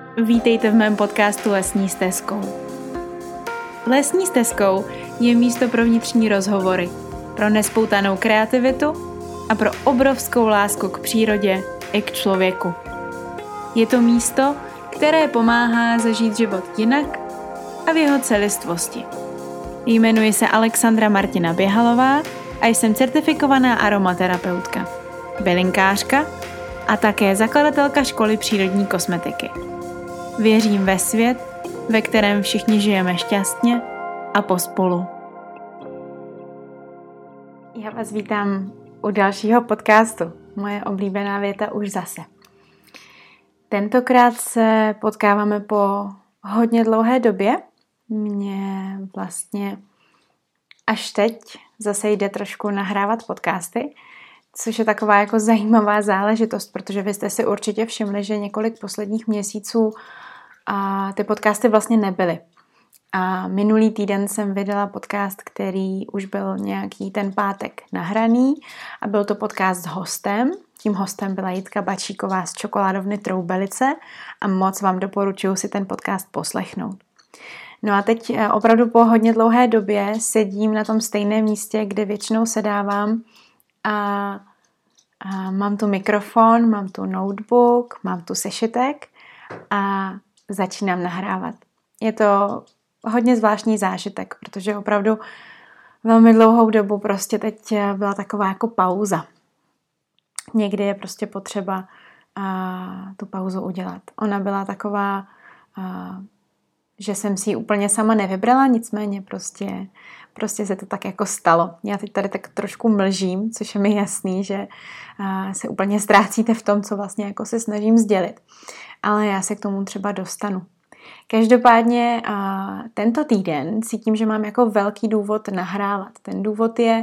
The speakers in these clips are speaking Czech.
Vítejte v mém podcastu Lesní stezkou. Lesní stezkou je místo pro vnitřní rozhovory, pro nespoutanou kreativitu a pro obrovskou lásku k přírodě i k člověku. Je to místo, které pomáhá zažít život jinak a v jeho celistvosti. Jmenuji se Alexandra Martina Běhalová a jsem certifikovaná aromaterapeutka, bylinkářka a také zakladatelka školy přírodní kosmetiky. Věřím ve svět, ve kterém všichni žijeme šťastně a pospolu. Já vás vítám u dalšího podcastu. Moje oblíbená věta už zase. Tentokrát se potkáváme po hodně dlouhé době. Mně vlastně až teď zase jde trošku nahrávat podcasty, což je taková jako zajímavá záležitost, protože vy jste si určitě všimli, že několik posledních měsíců ty podcasty vlastně nebyly. A minulý týden jsem vydala podcast, který už byl nějaký ten pátek nahraný a byl to podcast s hostem. Tím hostem byla Jitka Bačíková z Čokoládovny Troubelice a moc vám doporučuji si ten podcast poslechnout. No a teď opravdu po hodně dlouhé době sedím na tom stejném místě, kde většinou sedávám a mám tu mikrofon, mám tu notebook, mám tu sešitek a začínám nahrávat. Je to hodně zvláštní zážitek, protože opravdu velmi dlouhou dobu prostě teď byla taková jako pauza. Někdy je prostě potřeba tu pauzu udělat. Ona byla taková, že jsem si ji úplně sama nevybrala, nicméně prostě se to tak jako stalo. Já teď tady tak trošku mlžím, což je mi jasný, že se úplně ztrácíte v tom, co vlastně jako se snažím sdělit. Ale já se k tomu třeba dostanu. Každopádně tento týden cítím, že mám jako velký důvod nahrávat. Ten důvod je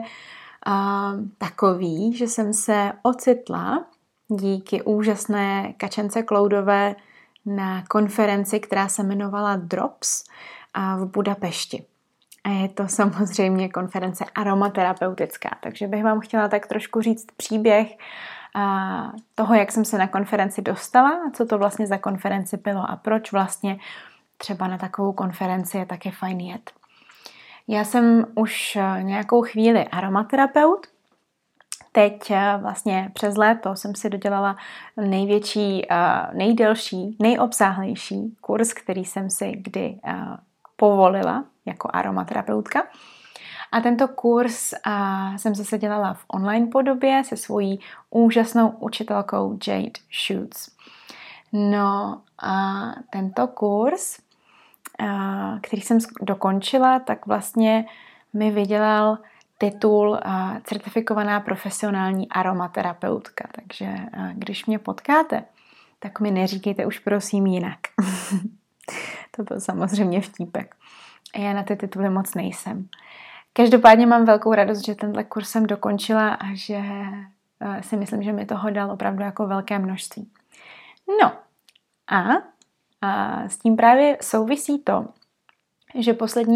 takový, že jsem se ocitla díky úžasné Kačence Kloudové na konferenci, která se jmenovala Drops v Budapešti. A je to samozřejmě konference aromaterapeutická, takže bych vám chtěla tak trošku říct příběh toho, jak jsem se na konferenci dostala a co to vlastně za konferenci bylo a proč vlastně třeba na takovou konferenci je taky fajn jet. Já jsem už nějakou chvíli aromaterapeut. Teď vlastně přes léto jsem si dodělala největší, nejdelší, nejobsáhlejší kurz, který jsem si kdy povolila jako aromaterapeutka. A tento kurz jsem zase dělala v online podobě se svojí úžasnou učitelkou Jade Schutz. No a tento kurz, který jsem dokončila, tak vlastně mi vydělal titul certifikovaná profesionální aromaterapeutka. Takže když mě potkáte, tak mi neříkejte už prosím jinak. To byl samozřejmě vtípek. Já na ty tituly moc nejsem. Každopádně mám velkou radost, že tenhle kurz jsem dokončila a že si myslím, že mi toho dal opravdu jako velké množství. No a s tím právě souvisí to, že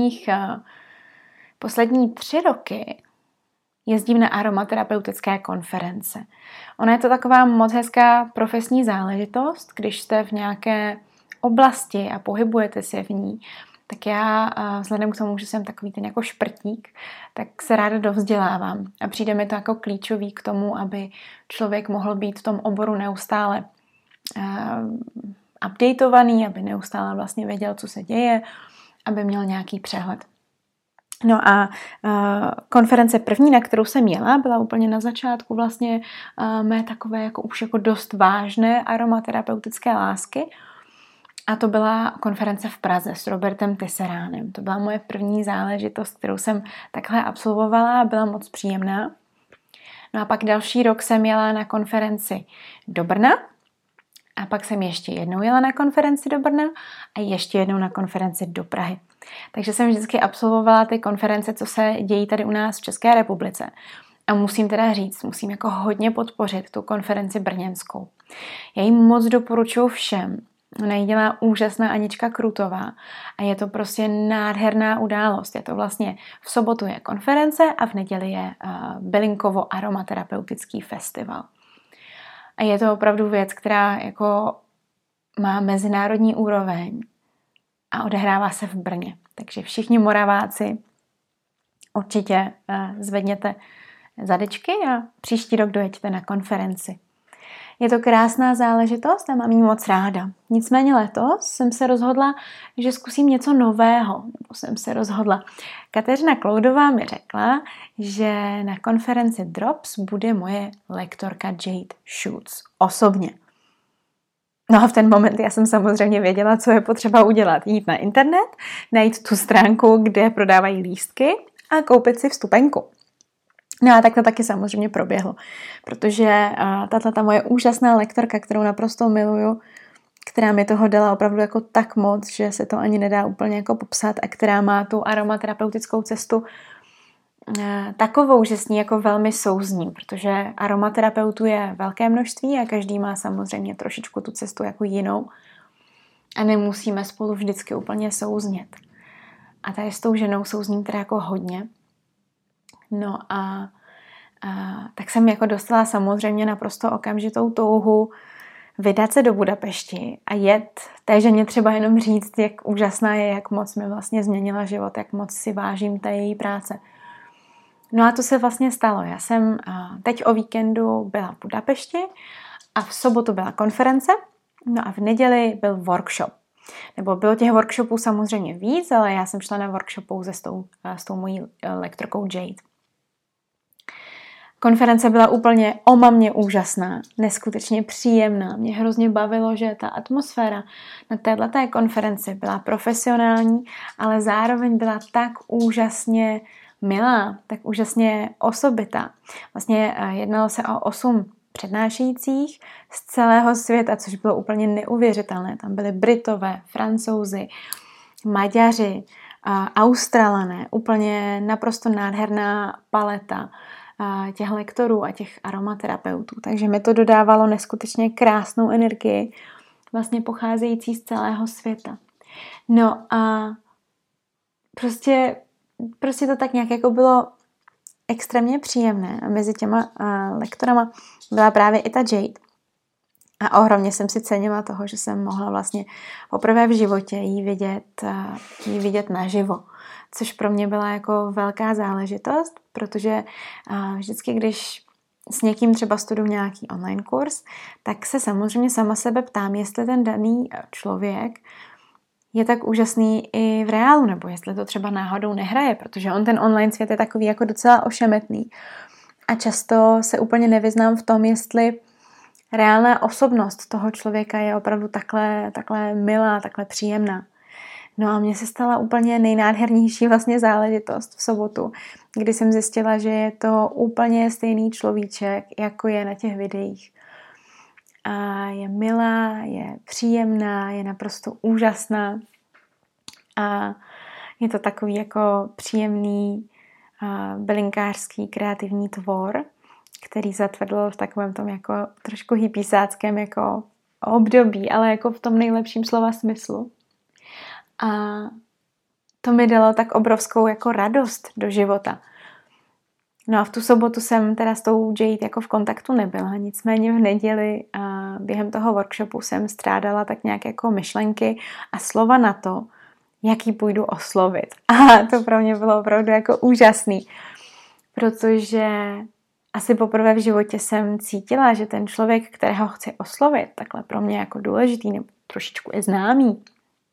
poslední 3 roky jezdím na aromaterapeutické konference. Ona je to taková moc hezká profesní záležitost, když jste v nějaké oblasti a pohybujete se v ní, tak já vzhledem k tomu, že jsem takový ten jako šprtík, tak se ráda dovzdělávám. A přijde mi to jako klíčový k tomu, aby člověk mohl být v tom oboru neustále updateovaný, aby neustále vlastně věděl, co se děje, aby měl nějaký přehled. No a konference první, na kterou jsem jela, byla úplně na začátku vlastně mé takové jako už jako dost vážné aromaterapeutické lásky. A to byla konference v Praze s Robertem Tisseránem. To byla moje první záležitost, kterou jsem takhle absolvovala a byla moc příjemná. No a pak další rok jsem jela na konferenci do Brna a pak jsem ještě jednou jela na konferenci do Brna a ještě jednou na konferenci do Prahy. Takže jsem vždycky absolvovala ty konference, co se dějí tady u nás v České republice. A musím teda říct, musím jako hodně podpořit tu konferenci brněnskou. Já ji moc doporučuji všem. Ona ji dělá úžasná Anička Krutová a je to prostě nádherná událost. Je to vlastně v sobotu je konference a v neděli je bylinkovo aromaterapeutický festival. A je to opravdu věc, která jako má mezinárodní úroveň a odehrává se v Brně. Takže všichni Moraváci určitě zvedněte zadečky a příští rok dojeďte na konferenci. Je to krásná záležitost a mám ji moc ráda. Nicméně letos jsem se rozhodla, že zkusím něco nového. Kateřina Kloudová mi řekla, že na konferenci Drops bude moje lektorka Jade Schutz osobně. No a v ten moment já jsem samozřejmě věděla, co je potřeba udělat. Jít na internet, najít tu stránku, kde prodávají lístky a koupit si vstupenku. No a tak to taky samozřejmě proběhlo, protože ta moje úžasná lektorka, kterou naprosto miluju, která mi toho dala opravdu jako tak moc, že se to ani nedá úplně jako popsat a která má tu aromaterapeutickou cestu takovou, že s ní jako velmi souzním, protože aromaterapeutů je velké množství a každý má samozřejmě trošičku tu cestu jako jinou a nemusíme spolu vždycky úplně souznět. A tady s tou ženou souzním teda jako hodně. No a tak jsem jako dostala samozřejmě naprosto okamžitou touhu vydat se do Budapešti a jet té ženě třeba jenom říct, jak úžasná je, jak moc mi vlastně změnila život, jak moc si vážím té její práce. No a to se vlastně stalo. Já jsem teď o víkendu byla v Budapešti a v sobotu byla konference, no a v neděli byl workshop. Nebo bylo těch workshopů samozřejmě víc, ale já jsem šla na workshop pouze s tou mojí lektorkou Jade. Konference byla úplně omamně úžasná, neskutečně příjemná. Mě hrozně bavilo, že ta atmosféra na této konferenci byla profesionální, ale zároveň byla tak úžasně milá, tak úžasně osobitá. Vlastně jednalo se o 8 přednášejících z celého světa, což bylo úplně neuvěřitelné. Tam byli Britové, Francouzi, Maďaři, Australané, úplně naprosto nádherná paleta těch lektorů a těch aromaterapeutů. Takže mi to dodávalo neskutečně krásnou energii, vlastně pocházející z celého světa. No a prostě to tak nějak jako bylo extrémně příjemné. A mezi těma lektorama byla právě i ta Jade. A ohromně jsem si cenila toho, že jsem mohla vlastně poprvé v životě jí vidět naživo. Což pro mě byla jako velká záležitost, protože vždycky, když s někým třeba studuju nějaký online kurz, tak se samozřejmě sama sebe ptám, jestli ten daný člověk je tak úžasný i v reálu, nebo jestli to třeba náhodou nehraje, protože on ten online svět je takový jako docela ošemetný. A často se úplně nevyznám v tom, jestli reálná osobnost toho člověka je opravdu takhle milá, takhle příjemná. No a mně se stala úplně nejnádhernější vlastně záležitost v sobotu, kdy jsem zjistila, že je to úplně stejný človíček, jako je na těch videích. A je milá, je příjemná, je naprosto úžasná a je to takový jako příjemný bylinkářský kreativní tvor, který zatvrdl v takovém tom jako trošku hippiesáckém jako období, ale jako v tom nejlepším slova smyslu. A to mi dalo tak obrovskou jako radost do života. No a v tu sobotu jsem teda s tou Jade jako v kontaktu nebyla, nicméně v neděli během toho workshopu jsem strádala tak nějak jako myšlenky a slova na to, jak ji půjdu oslovit. A to pro mě bylo opravdu jako úžasný, protože asi poprvé v životě jsem cítila, že ten člověk, kterého chci oslovit, takhle pro mě jako důležitý nebo trošičku je známý,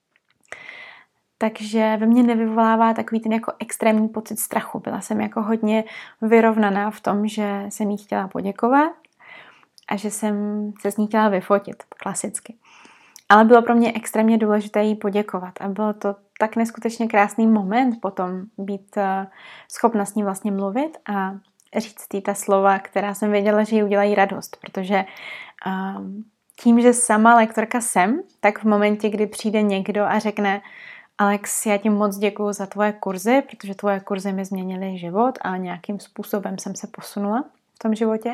takže ve mně nevyvolává takový ten jako extrémní pocit strachu. Byla jsem jako hodně vyrovnaná v tom, že jsem jí chtěla poděkovat a že jsem se s ní chtěla vyfotit, klasicky. Ale bylo pro mě extrémně důležité jí poděkovat a bylo to tak neskutečně krásný moment potom být schopna s ní vlastně mluvit a říct jí ta slova, která jsem věděla, že jí udělají radost, protože tím, že sama lektorka jsem, tak v momentě, kdy přijde někdo a řekne Alex, já ti moc děkuju za tvoje kurzy, protože tvoje kurzy mi změnily život a nějakým způsobem jsem se posunula v tom životě,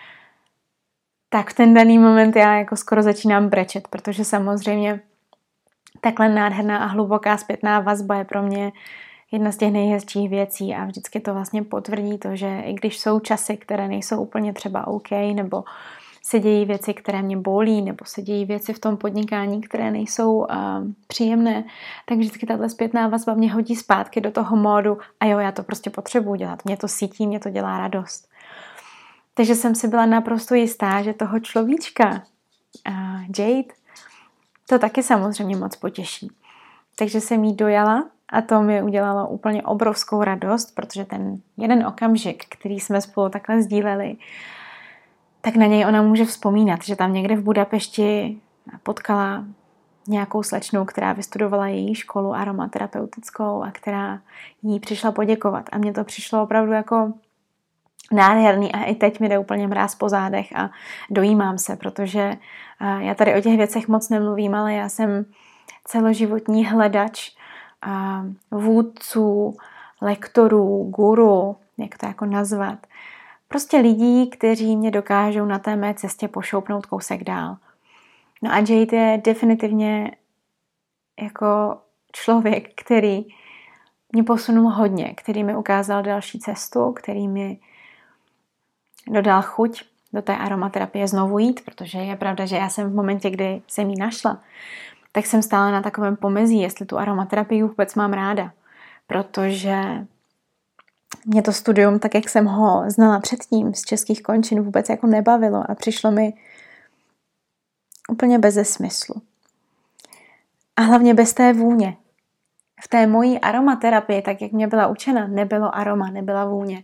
tak v ten daný moment já jako skoro začínám brečet, protože samozřejmě takhle nádherná a hluboká zpětná vazba je pro mě jedna z těch nejhezčích věcí a vždycky to vlastně potvrdí to, že i když jsou časy, které nejsou úplně třeba OK, nebo se dějí věci, které mě bolí, nebo se dějí věci v tom podnikání, které nejsou příjemné, tak vždycky tato zpětná vazba mě hodí zpátky do toho módu a jo, já to prostě potřebuji dělat, mě to sítí, mě to dělá radost. Takže jsem si byla naprosto jistá, že toho človíčka, Jade, to taky samozřejmě moc potěší. Takže jsem jí dojala a to mi udělalo úplně obrovskou radost, protože ten jeden okamžik, který jsme spolu takhle sdíleli, tak na něj ona může vzpomínat, že tam někde v Budapešti potkala nějakou slečnu, která vystudovala její školu aromaterapeutickou a která jí přišla poděkovat. A mně to přišlo opravdu jako nádherný a i teď mi jde úplně mráz po zádech a dojímám se, protože já tady o těch věcech moc nemluvím, ale já jsem celoživotní hledač vůdců, lektorů, guru, jak to jako nazvat. Prostě lidí, kteří mě dokážou na té mé cestě pošoupnout kousek dál. No a Jade je definitivně jako člověk, který mě posunul hodně, který mi ukázal další cestu, který mi dodal chuť do té aromaterapie znovu jít, protože je pravda, že já jsem v momentě, kdy jsem ji našla, tak jsem stála na takovém pomezí, jestli tu aromaterapii vůbec mám ráda, protože mě to studium, tak jak jsem ho znala předtím z českých končin, vůbec jako nebavilo a přišlo mi úplně beze smyslu. A hlavně bez té vůně. V té mojí aromaterapii, tak jak mě byla učena, nebylo aroma, nebyla vůně.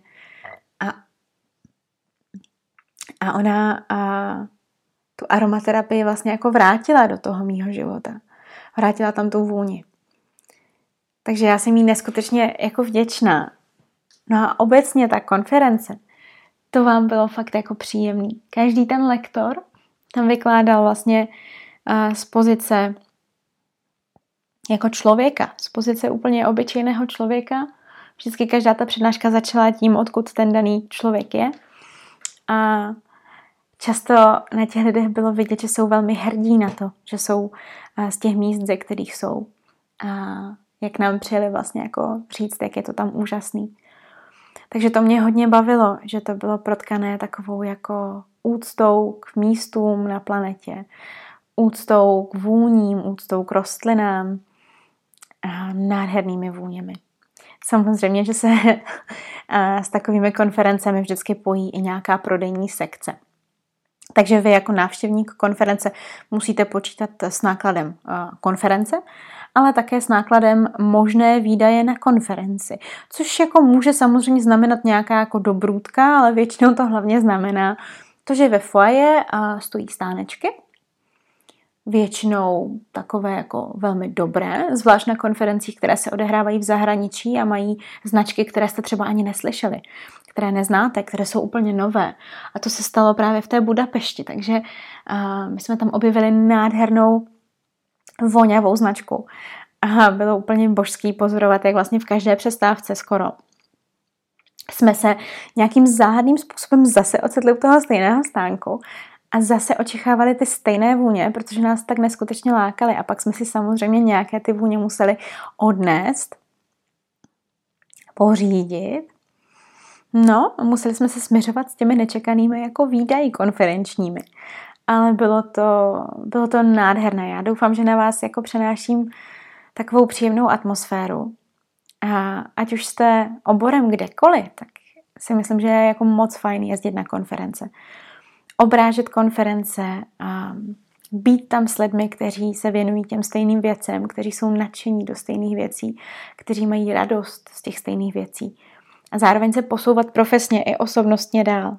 A ona tu aromaterapii vlastně jako vrátila do toho mýho života. Vrátila tam tu vůni. Takže já jsem jí neskutečně jako vděčná. No a obecně ta konference, to vám bylo fakt jako příjemný. Každý ten lektor tam vykládal vlastně z pozice jako člověka, z pozice úplně obyčejného člověka. Vždycky každá ta přednáška začala tím, odkud ten daný člověk je. A často na těch lidech bylo vidět, že jsou velmi hrdí na to, že jsou z těch míst, ze kterých jsou. A jak nám přijeli vlastně jako říct, jak je to tam úžasný. Takže to mě hodně bavilo, že to bylo protkané takovou jako úctou k místům na planetě, úctou k vůním, úctou k rostlinám a nádhernými vůněmi. Samozřejmě, že se s takovými konferencemi vždycky pojí i nějaká prodejní sekce. Takže vy jako návštěvník konference musíte počítat s nákladem konference, ale také s nákladem možné výdaje na konferenci. Což jako může samozřejmě znamenat nějaká jako dobrůdka, ale většinou to hlavně znamená to, že ve foyer stojí stánečky, většinou takové jako velmi dobré, zvlášť na konferencích, které se odehrávají v zahraničí a mají značky, které jste třeba ani neslyšeli, které neznáte, které jsou úplně nové. A to se stalo právě v té Budapešti, takže my jsme tam objevili nádhernou voňavou značku. A bylo úplně božský pozorovat, jak vlastně v každé přestávce skoro jsme se nějakým záhadným způsobem zase ocitli u toho stejného stánku a zase očichávali ty stejné vůně, protože nás tak neskutečně lákaly. A pak jsme si samozřejmě nějaké ty vůně museli odnést, pořídit. No, museli jsme se směřovat s těmi nečekanými jako výdaji konferenčními. Ale bylo to nádherné. Já doufám, že na vás jako přenáším takovou příjemnou atmosféru. A ať už jste oborem kdekoliv, tak si myslím, že je jako moc fajn jezdit na konference. Obrážet konference a být tam s lidmi, kteří se věnují těm stejným věcem, kteří jsou nadšení do stejných věcí, kteří mají radost z těch stejných věcí. A zároveň se posouvat profesně i osobnostně dál.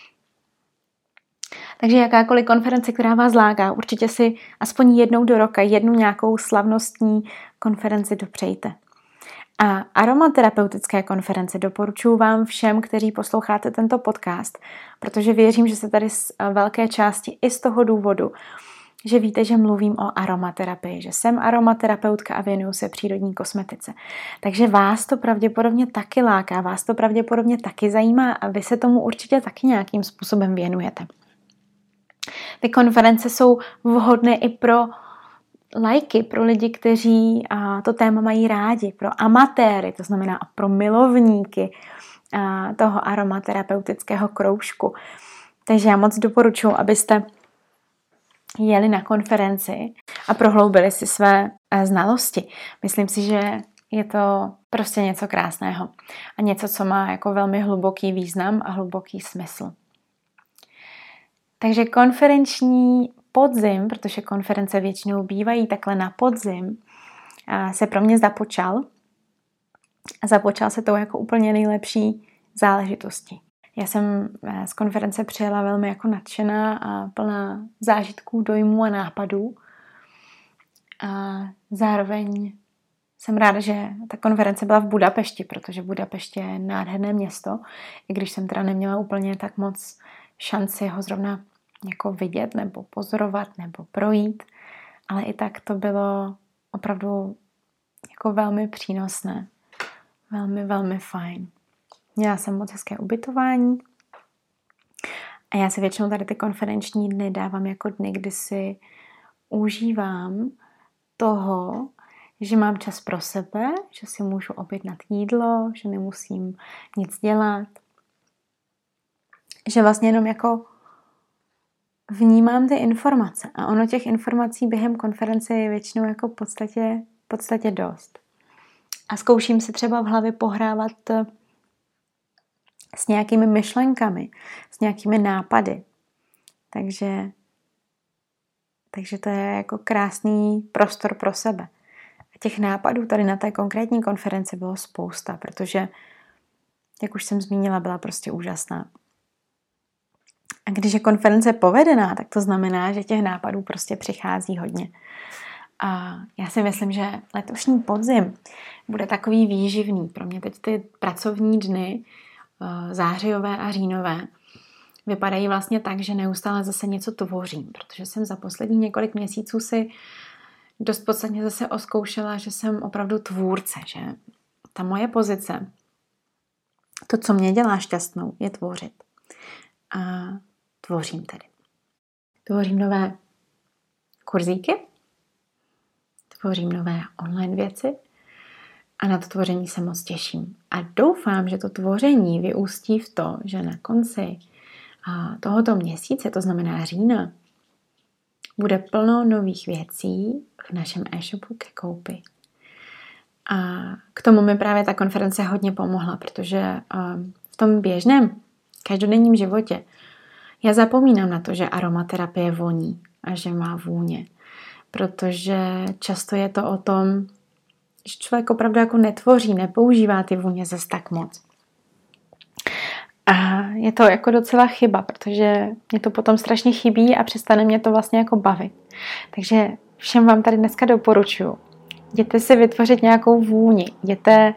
Takže jakákoliv konference, která vás láká, určitě si aspoň jednou do roka jednu nějakou slavnostní konferenci dopřejte. A aromaterapeutické konference doporučuji vám všem, kteří posloucháte tento podcast, protože věřím, že se tady z velké části i z toho důvodu, že víte, že mluvím o aromaterapii, že jsem aromaterapeutka a věnuju se přírodní kosmetice. Takže vás to pravděpodobně taky láká, vás to pravděpodobně taky zajímá a vy se tomu určitě taky nějakým způsobem věnujete. Ty konference jsou vhodné i pro lajky, pro lidi, kteří to téma mají rádi, pro amatéry, to znamená pro milovníky toho aromaterapeutického kroužku. Takže já moc doporučuji, abyste jeli na konferenci a prohloubili si své znalosti. Myslím si, že je to prostě něco krásného a něco, co má jako velmi hluboký význam a hluboký smysl. Takže konferenční podzim, protože konference většinou bývají takhle na podzim, se pro mě započal. A započal se tou jako úplně nejlepší záležitostí. Já jsem z konference přijela velmi jako nadšená a plná zážitků, dojmů a nápadů. A zároveň jsem ráda, že ta konference byla v Budapešti, protože Budapešť je nádherné město, i když jsem teda neměla úplně tak moc šanci ho zrovna jako vidět nebo pozorovat nebo projít, ale i tak to bylo opravdu jako velmi přínosné. Velmi, velmi fajn. Měla jsem moc hezké ubytování a já si většinou tady ty konferenční dny dávám jako dny, kdy si užívám toho, že mám čas pro sebe, že si můžu objednat jídlo, že nemusím nic dělat. Že vlastně jenom jako vnímám ty informace a ono těch informací během konference je většinou jako v podstatě dost. A zkouším si třeba v hlavě pohrávat s nějakými myšlenkami, s nějakými nápady. Takže to je jako krásný prostor pro sebe. A těch nápadů tady na té konkrétní konferenci bylo spousta, protože, jak už jsem zmínila, byla prostě úžasná. A když je konference povedená, tak to znamená, že těch nápadů prostě přichází hodně. A já si myslím, že letošní podzim bude takový výživný. Pro mě teď ty pracovní dny, zářijové a říjnové, vypadají vlastně tak, že neustále zase něco tvořím, protože jsem za poslední několik měsíců si dost podstatně zase oskoušela, že jsem opravdu tvůrce, že ta moje pozice, to, co mě dělá šťastnou, je tvořit. A tvořím tedy. Tvořím nové kurzíky, tvořím nové online věci a na to tvoření se moc těším. A doufám, že to tvoření vyústí v to, že na konci tohoto měsíce, to znamená října, bude plno nových věcí v našem e-shopu ke koupi. A k tomu mi právě ta konference hodně pomohla, protože v tom běžném, každodenním životě já zapomínám na to, že aromaterapie voní a že má vůně. Protože často je to o tom, že člověk opravdu jako netvoří, nepoužívá ty vůně zas tak moc. A je to jako docela chyba, protože mě to potom strašně chybí a přestane mě to vlastně jako bavit. Takže všem vám tady dneska doporučuji. Jděte si vytvořit nějakou vůni, jděte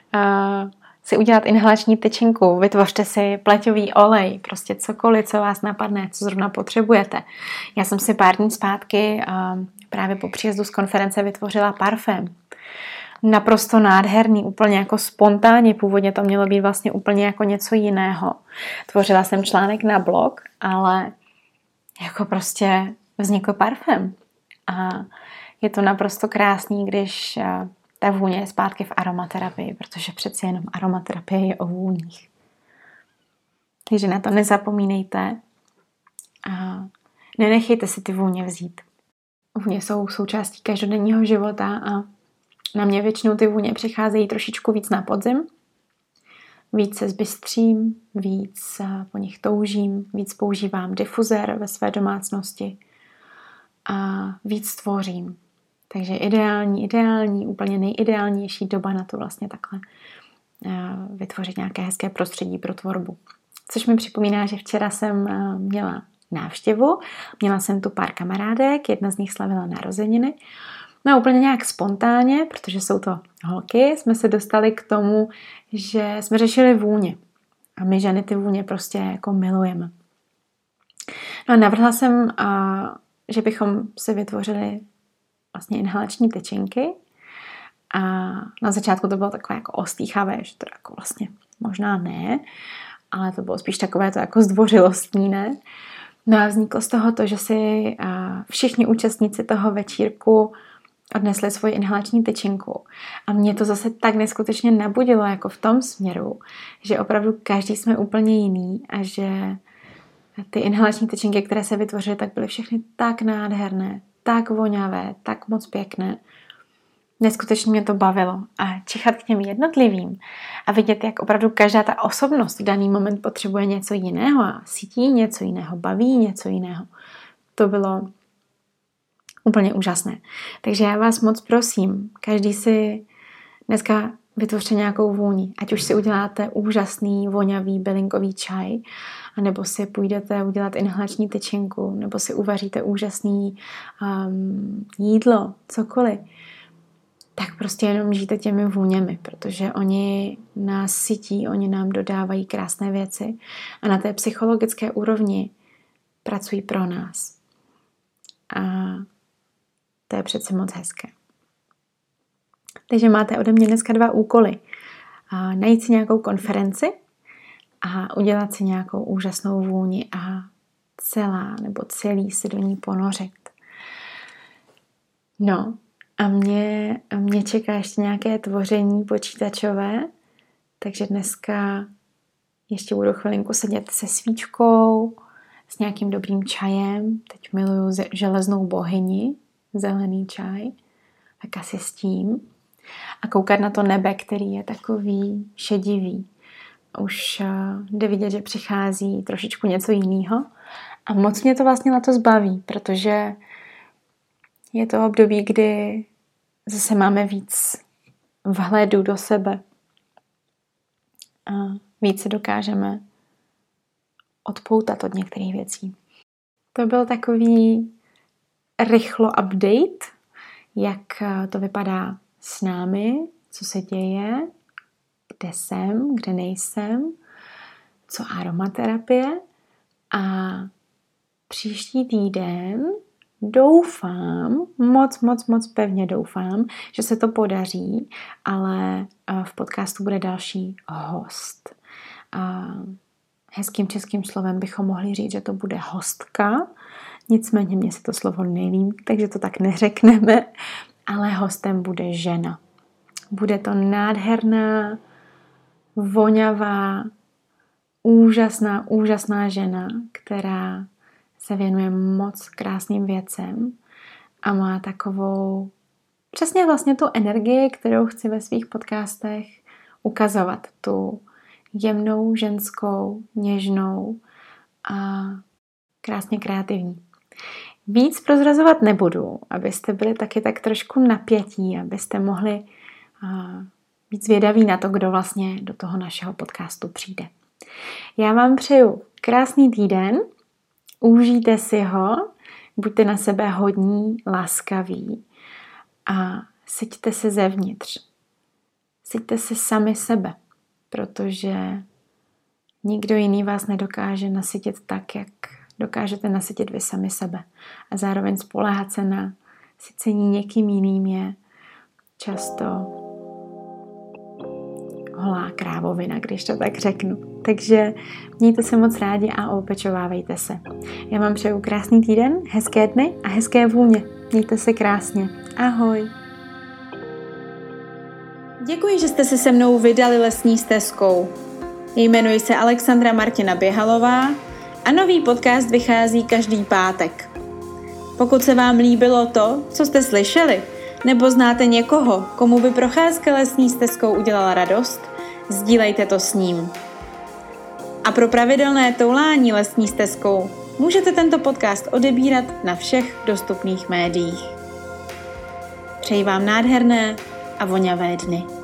si udělat inhalační tyčinku, vytvořte si pleťový olej, prostě cokoliv, co vás napadne, co zrovna potřebujete. Já jsem si pár dní zpátky právě po příjezdu z konference vytvořila parfém. Naprosto nádherný, úplně jako spontánně, původně to mělo být vlastně úplně jako něco jiného. Tvořila jsem článek na blog, ale jako prostě vznikl parfém. A je to naprosto krásný, když ta vůně je zpátky v aromaterapii, protože přeci jenom aromaterapie je o vůních. Takže na to nezapomínejte a nenechejte si ty vůně vzít. Vůně jsou součástí každodenního života a na mě většinou ty vůně přicházejí trošičku víc na podzim. Víc se zbystřím, víc po nich toužím, víc používám difuzér ve své domácnosti a víc tvořím. Takže ideální, úplně nejideálnější doba na to vlastně takhle vytvořit nějaké hezké prostředí pro tvorbu. Což mi připomíná, že včera jsem měla návštěvu, měla jsem tu pár kamarádek, jedna z nich slavila narozeniny. No a úplně nějak spontánně, protože jsou to holky, jsme se dostali k tomu, že jsme řešili vůně. A my ženy ty vůně prostě jako milujeme. No a navrhla jsem, že bychom si vytvořili vlastně inhalační tyčinky. A na začátku to bylo takové jako ostýchavé, že to jako vlastně možná ne, ale to bylo spíš takové to jako zdvořilostní, ne? No a vzniklo z toho to, že si všichni účastníci toho večírku odnesli svoji inhalační tyčinku. A mě to zase tak neskutečně nabudilo jako v tom směru, že opravdu každý jsme úplně jiný a že ty inhalační tyčinky, které se vytvořily, tak byly všechny tak nádherné, tak voňavé, tak moc pěkné. Neskutečně mě to bavilo a čichat k těm jednotlivým a vidět, jak opravdu každá ta osobnost v daný moment potřebuje něco jiného a cítí něco jiného, baví něco jiného. To bylo úplně úžasné. Takže já vás moc prosím, každý si dneska vytvořte nějakou vůni. Ať už si uděláte úžasný, voňavý, bylinkový čaj, anebo si půjdete udělat inhalační tyčinku, nebo si uvaříte úžasný jídlo, cokoliv. Tak prostě jenom žijte těmi vůněmi, protože oni nás sytí, oni nám dodávají krásné věci a na té psychologické úrovni pracují pro nás. A to je přece moc hezké. Takže máte ode mě dneska 2 úkoly. Najít si nějakou konferenci a udělat si nějakou úžasnou vůni a celý si do ní ponořit. No a mě čeká ještě nějaké tvoření počítačové, takže dneska ještě budu chvilinku sedět se svíčkou, s nějakým dobrým čajem. Teď miluju železnou bohyni, zelený čaj, tak asi s tím. A koukat na to nebe, který je takový šedivý. Už jde vidět, že přichází trošičku něco jiného. A moc mě to vlastně na to zbaví, protože je to období, kdy zase máme víc vhledu do sebe. A víc se dokážeme odpoutat od některých věcí. To byl takový rychlo update, jak to vypadá s námi, co se děje, kde jsem, kde nejsem, co aromaterapie. A příští týden doufám, moc pevně doufám, že se to podaří, ale v podcastu bude další host. Hezkým českým slovem bychom mohli říct, že to bude hostka, nicméně mně se to slovo nelíbí, takže to tak neřekneme, ale hostem bude žena. Bude to nádherná, voňavá, úžasná žena, která se věnuje moc krásným věcem a má takovou přesně vlastně tu energii, kterou chci ve svých podcastech ukazovat. Tu jemnou, ženskou, něžnou a krásně kreativní. Víc prozrazovat nebudu, abyste byli taky tak trošku napětí, abyste mohli být zvědaví na to, kdo vlastně do toho našeho podcastu přijde. Já vám přeju krásný týden, užijte si ho, buďte na sebe hodní, laskaví a syťte se zevnitř. Syťte se sami sebe, protože nikdo jiný vás nedokáže nasytit tak, jak dokážete nasytit vy sami sebe. A zároveň spoléhat se na sycení někým jiným je často holá krávovina, když to tak řeknu. Takže mějte se moc rádi a opečovávejte se. Já vám přeju krásný týden, hezké dny a hezké vůně. Mějte se krásně. Ahoj. Děkuji, že jste se se mnou vydali lesní stezkou. Jmenuji se Alexandra Martina Běhalová a nový podcast vychází každý pátek. Pokud se vám líbilo to, co jste slyšeli, nebo znáte někoho, komu by procházka lesní stezkou udělala radost, sdílejte to s ním. A pro pravidelné toulání lesní stezkou můžete tento podcast odebírat na všech dostupných médiích. Přeji vám nádherné a voňavé dny.